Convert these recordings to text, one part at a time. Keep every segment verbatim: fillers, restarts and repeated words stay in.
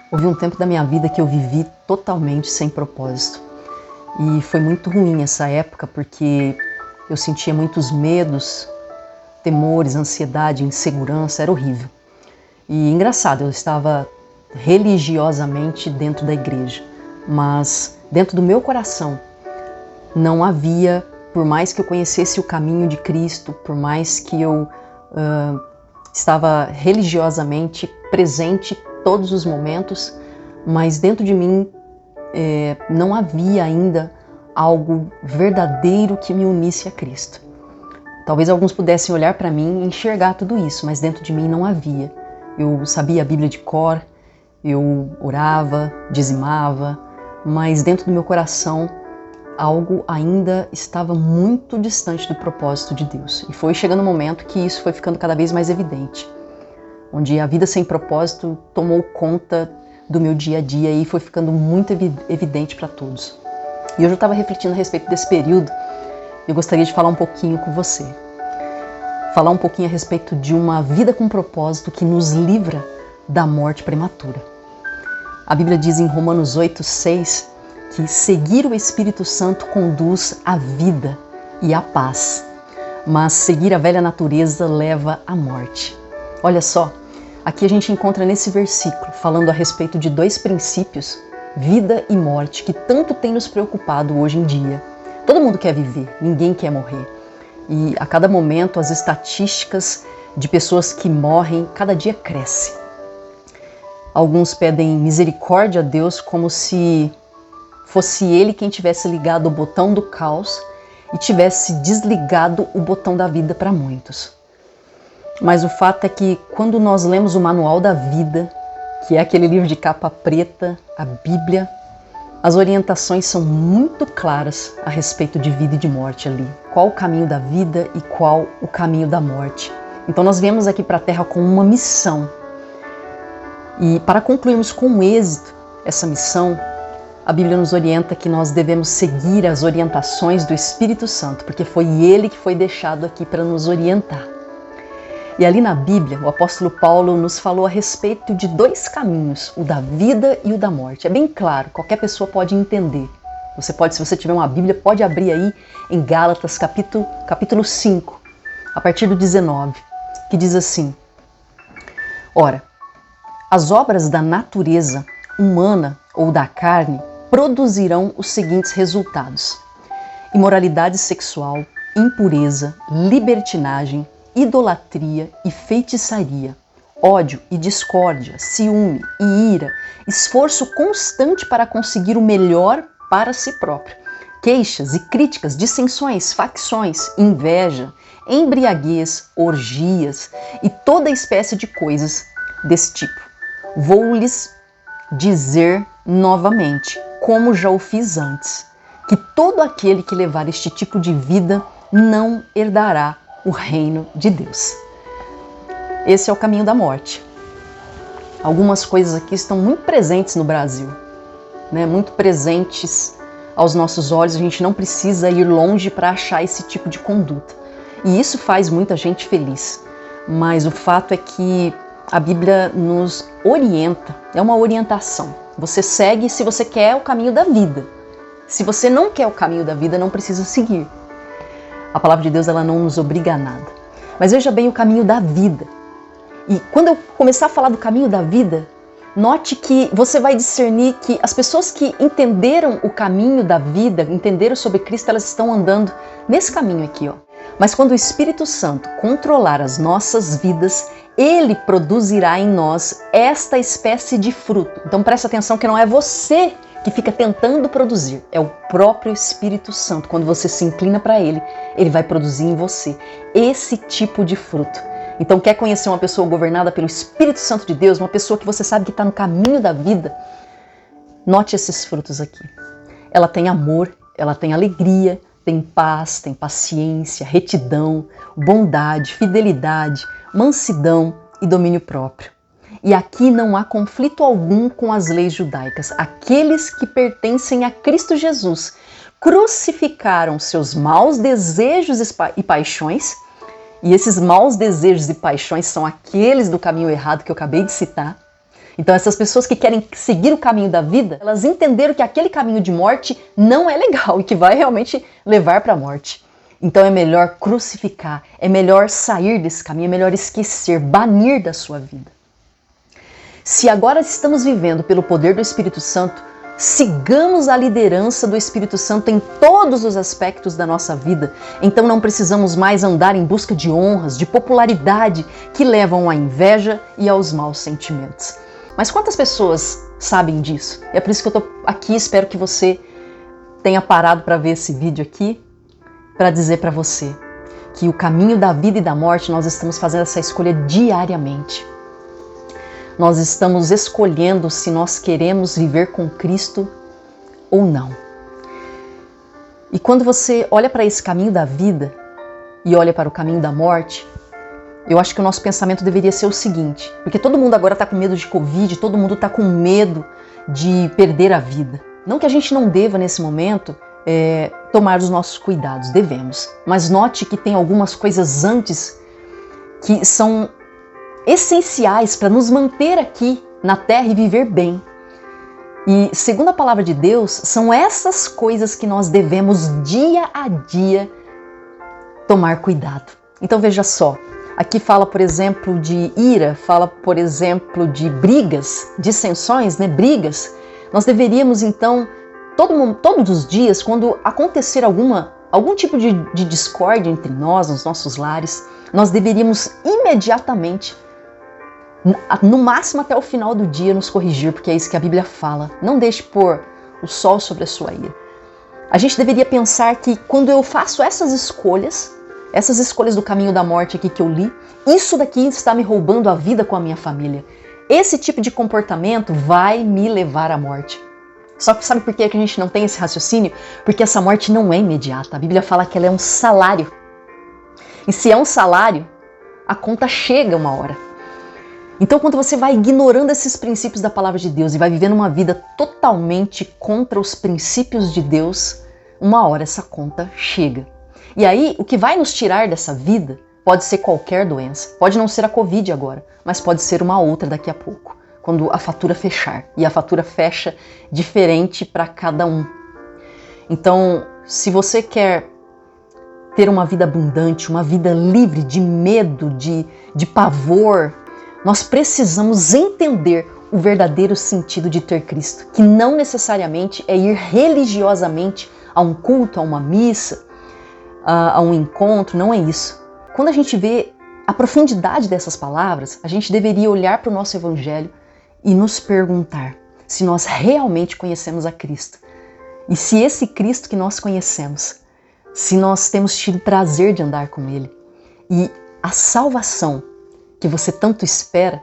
Houve um tempo da minha vida que eu vivi totalmente sem propósito. E foi muito ruim essa época porque eu sentia muitos medos, temores, ansiedade, insegurança, era horrível. E engraçado, eu estava religiosamente dentro da igreja, mas dentro do meu coração não havia, por mais que eu conhecesse o caminho de Cristo, por mais que eu uh, estava religiosamente presente todos os momentos, mas dentro de mim é, não havia ainda algo verdadeiro que me unisse a Cristo. Talvez alguns pudessem olhar para mim e enxergar tudo isso, mas dentro de mim não havia. Eu sabia a Bíblia de cor, eu orava, dizimava, mas dentro do meu coração algo ainda estava muito distante do propósito de Deus. E foi chegando um momento que isso foi ficando cada vez mais evidente, onde a vida sem propósito tomou conta do meu dia a dia e foi ficando muito evidente para todos. E hoje eu estava refletindo a respeito desse período e eu gostaria de falar um pouquinho com você. Falar um pouquinho a respeito de uma vida com propósito que nos livra da morte prematura. A Bíblia diz em Romanos oito, seis que seguir o Espírito Santo conduz à vida e à paz, mas seguir a velha natureza leva à morte. Olha só, aqui a gente encontra nesse versículo falando a respeito de dois princípios, vida e morte, que tanto tem nos preocupado hoje em dia. Todo mundo quer viver, ninguém quer morrer. E a cada momento as estatísticas de pessoas que morrem cada dia crescem. Alguns pedem misericórdia a Deus como se fosse Ele quem tivesse ligado o botão do caos e tivesse desligado o botão da vida para muitos. Mas o fato é que quando nós lemos o Manual da Vida, que é aquele livro de capa preta, a Bíblia, as orientações são muito claras a respeito de vida e de morte ali. Qual o caminho da vida e qual o caminho da morte. Então nós viemos aqui para a Terra com uma missão. E para concluirmos com êxito essa missão, a Bíblia nos orienta que nós devemos seguir as orientações do Espírito Santo, porque foi Ele que foi deixado aqui para nos orientar. E ali na Bíblia, o apóstolo Paulo nos falou a respeito de dois caminhos, o da vida e o da morte. É bem claro, qualquer pessoa pode entender. Você pode, se você tiver uma Bíblia, pode abrir aí em Gálatas capítulo, capítulo cinco, a partir do dezenove, que diz assim: Ora, as obras da natureza humana ou da carne produzirão os seguintes resultados: imoralidade sexual, impureza, libertinagem, idolatria e feitiçaria, ódio e discórdia, ciúme e ira, esforço constante para conseguir o melhor para si próprio, queixas e críticas, dissensões, facções, inveja, embriaguez, orgias e toda espécie de coisas desse tipo. Vou-lhes dizer novamente, como já o fiz antes, que todo aquele que levar este tipo de vida não herdará o reino de Deus. Esse é o caminho da morte. Algumas coisas aqui estão muito presentes no Brasil, né? Muito presentes aos nossos olhos. A gente não precisa ir longe para achar esse tipo de conduta. E isso faz muita gente feliz. Mas o fato é que a Bíblia nos orienta, é uma orientação. Você segue se você quer o caminho da vida. Se você não quer o caminho da vida, não precisa seguir. A palavra de Deus, ela não nos obriga a nada. Mas veja bem o caminho da vida. E quando eu começar a falar do caminho da vida, note que você vai discernir que as pessoas que entenderam o caminho da vida, entenderam sobre Cristo, elas estão andando nesse caminho aqui, ó. Mas quando o Espírito Santo controlar as nossas vidas, Ele produzirá em nós esta espécie de fruto. Então presta atenção que não é você que fica tentando produzir, é o próprio Espírito Santo. Quando você se inclina para Ele, Ele vai produzir em você esse tipo de fruto. Então quer conhecer uma pessoa governada pelo Espírito Santo de Deus, uma pessoa que você sabe que está no caminho da vida? Note esses frutos aqui. Ela tem amor, ela tem alegria, tem paz, tem paciência, retidão, bondade, fidelidade, mansidão e domínio próprio. E aqui não há conflito algum com as leis judaicas. Aqueles que pertencem a Cristo Jesus crucificaram seus maus desejos e paixões, e esses maus desejos e paixões são aqueles do caminho errado que eu acabei de citar, Então essas pessoas que querem seguir o caminho da vida, elas entenderam que aquele caminho de morte não é legal e que vai realmente levar para a morte. Então é melhor crucificar, é melhor sair desse caminho, é melhor esquecer, banir da sua vida. Se agora estamos vivendo pelo poder do Espírito Santo, sigamos a liderança do Espírito Santo em todos os aspectos da nossa vida. Então não precisamos mais andar em busca de honras, de popularidade que levam à inveja e aos maus sentimentos. Mas quantas pessoas sabem disso? É por isso que eu estou aqui, espero que você tenha parado para ver esse vídeo aqui, para dizer para você que o caminho da vida e da morte, nós estamos fazendo essa escolha diariamente. Nós estamos escolhendo se nós queremos viver com Cristo ou não. E quando você olha para esse caminho da vida e olha para o caminho da morte, eu acho que o nosso pensamento deveria ser o seguinte, porque todo mundo agora está com medo de Covid, todo mundo está com medo de perder a vida. Não que a gente não deva, nesse momento, é, tomar os nossos cuidados, devemos. Mas note que tem algumas coisas antes que são essenciais para nos manter aqui na Terra e viver bem. E segundo a palavra de Deus, são essas coisas que nós devemos dia a dia tomar cuidado. Então veja só, aqui fala, por exemplo, de ira, fala, por exemplo, de brigas, dissensões, né? Brigas. Nós deveríamos então, todo, todos os dias, quando acontecer alguma, algum tipo de, de discórdia entre nós, nos nossos lares, nós deveríamos imediatamente, no máximo até o final do dia, nos corrigir, porque é isso que a Bíblia fala. Não deixe pôr o sol sobre a sua ira. A gente deveria pensar que quando eu faço essas escolhas, essas escolhas do caminho da morte aqui que eu li, isso daqui está me roubando a vida com a minha família. Esse tipo de comportamento vai me levar à morte. Só que sabe por que a gente não tem esse raciocínio? Porque essa morte não é imediata. A Bíblia fala que ela é um salário. E se é um salário, a conta chega uma hora. Então, quando você vai ignorando esses princípios da palavra de Deus e vai vivendo uma vida totalmente contra os princípios de Deus, uma hora essa conta chega. E aí, o que vai nos tirar dessa vida pode ser qualquer doença. Pode não ser a Covid agora, mas pode ser uma outra daqui a pouco, quando a fatura fechar. E a fatura fecha diferente para cada um. Então, se você quer ter uma vida abundante, uma vida livre de medo, de, de pavor, nós precisamos entender o verdadeiro sentido de ter Cristo, que não necessariamente é ir religiosamente a um culto, a uma missa, a, a um encontro, não é isso. Quando a gente vê a profundidade dessas palavras, a gente deveria olhar para o nosso Evangelho e nos perguntar se nós realmente conhecemos a Cristo. E se esse Cristo que nós conhecemos, se nós temos tido prazer de andar com Ele. E a salvação que você tanto espera,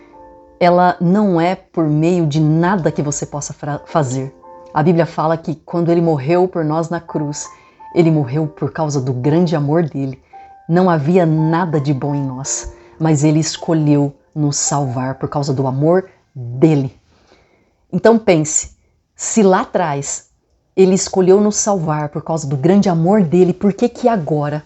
ela não é por meio de nada que você possa fazer. A Bíblia fala que quando Ele morreu por nós na cruz, Ele morreu por causa do grande amor dEle. Não havia nada de bom em nós, mas Ele escolheu nos salvar por causa do amor dEle. Então pense, se lá atrás Ele escolheu nos salvar por causa do grande amor dEle, por que que agora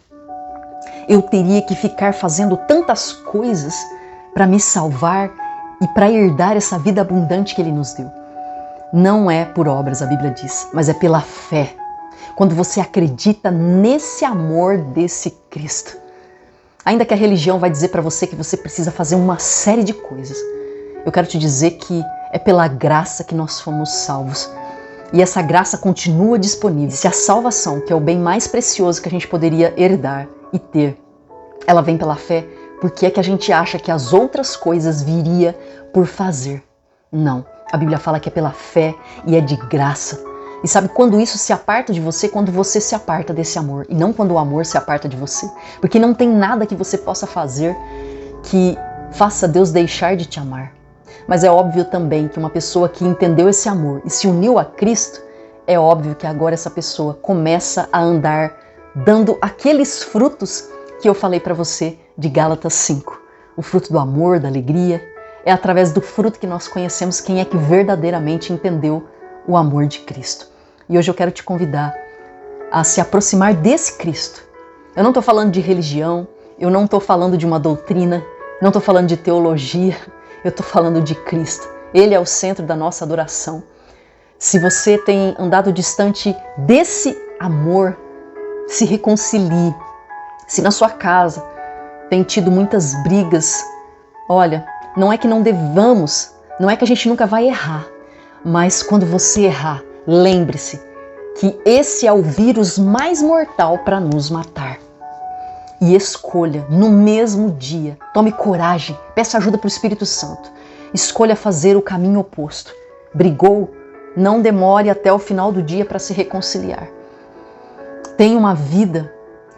eu teria que ficar fazendo tantas coisas para me salvar e para herdar essa vida abundante que Ele nos deu? Não é por obras, a Bíblia diz, mas é pela fé. Quando você acredita nesse amor desse Cristo. Ainda que a religião vai dizer para você que você precisa fazer uma série de coisas, eu quero te dizer que é pela graça que nós fomos salvos. E essa graça continua disponível. Se a salvação, que é o bem mais precioso que a gente poderia herdar e ter, ela vem pela fé, por que é que a gente acha que as outras coisas viria por fazer? Não, a Bíblia fala que é pela fé e é de graça. E sabe quando isso se aparta de você? Quando você se aparta desse amor, e não quando o amor se aparta de você. Porque não tem nada que você possa fazer que faça Deus deixar de te amar. Mas é óbvio também que uma pessoa que entendeu esse amor e se uniu a Cristo, é óbvio que agora essa pessoa começa a andar dando aqueles frutos que eu falei para você de Gálatas cinco. O fruto do amor, da alegria. É através do fruto que nós conhecemos quem é que verdadeiramente entendeu o amor de Cristo. E hoje eu quero te convidar a se aproximar desse Cristo. Eu não estou falando de religião, eu não estou falando de uma doutrina, não estou falando de teologia, eu estou falando de Cristo. Ele é o centro da nossa adoração. Se você tem andado distante desse amor, se reconcilie. Se na sua casa tem tido muitas brigas, olha, não é que não devamos, não é que a gente nunca vai errar, mas quando você errar, lembre-se que esse é o vírus mais mortal para nos matar. E escolha no mesmo dia, tome coragem, peça ajuda para o Espírito Santo, escolha fazer o caminho oposto. Brigou? Não demore até o final do dia para se reconciliar. Tenha uma vida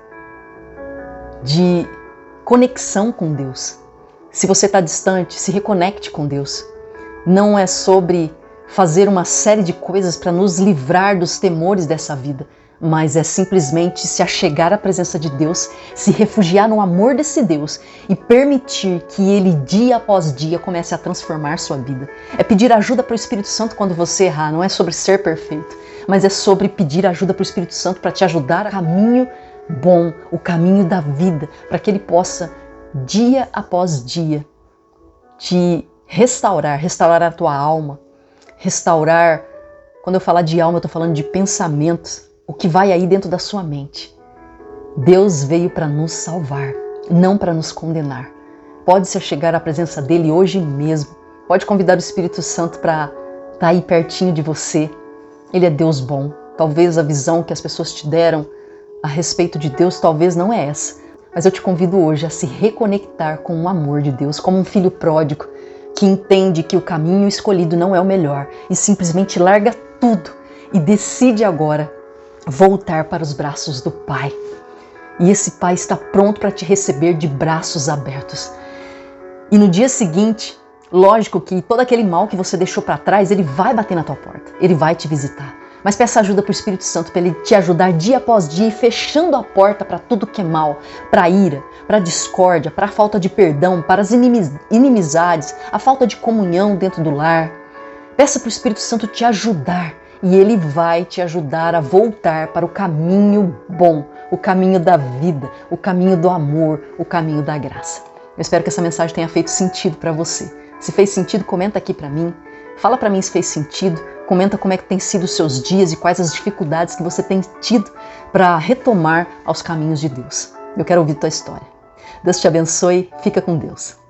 de conexão com Deus. Se você está distante, se reconecte com Deus. Não é sobre fazer uma série de coisas para nos livrar dos temores dessa vida, mas é simplesmente se achegar à presença de Deus, se refugiar no amor desse Deus e permitir que Ele dia após dia comece a transformar sua vida. É pedir ajuda para o Espírito Santo quando você errar, não é sobre ser perfeito, mas é sobre pedir ajuda para o Espírito Santo para te ajudar a caminho bom, o caminho da vida, para que Ele possa dia após dia te restaurar, restaurar a tua alma, restaurar, quando eu falar de alma eu estou falando de pensamentos, o que vai aí dentro da sua mente. Deus veio para nos salvar, não para nos condenar. Pode se chegar à presença dele hoje mesmo. Pode convidar o Espírito Santo para estar aí pertinho de você. Ele é Deus bom. Talvez a visão que as pessoas te deram a respeito de Deus talvez não é essa. Mas eu te convido hoje a se reconectar com o amor de Deus, como um filho pródigo que entende que o caminho escolhido não é o melhor e simplesmente larga tudo e decide agora voltar para os braços do Pai. E esse Pai está pronto para te receber de braços abertos. E no dia seguinte, lógico que todo aquele mal que você deixou para trás, ele vai bater na tua porta, ele vai te visitar. Mas peça ajuda para o Espírito Santo, para ele te ajudar dia após dia, fechando a porta para tudo que é mal, para a ira, para a discórdia, para a falta de perdão, para as inimizades, a falta de comunhão dentro do lar. Peça para o Espírito Santo te ajudar e ele vai te ajudar a voltar para o caminho bom, o caminho da vida, o caminho do amor, o caminho da graça. Eu espero que essa mensagem tenha feito sentido para você. Se fez sentido, comenta aqui para mim. Fala para mim se fez sentido. Comenta como é que tem sido os seus dias e quais as dificuldades que você tem tido para retomar aos caminhos de Deus. Eu quero ouvir tua história. Deus te abençoe. Fica com Deus.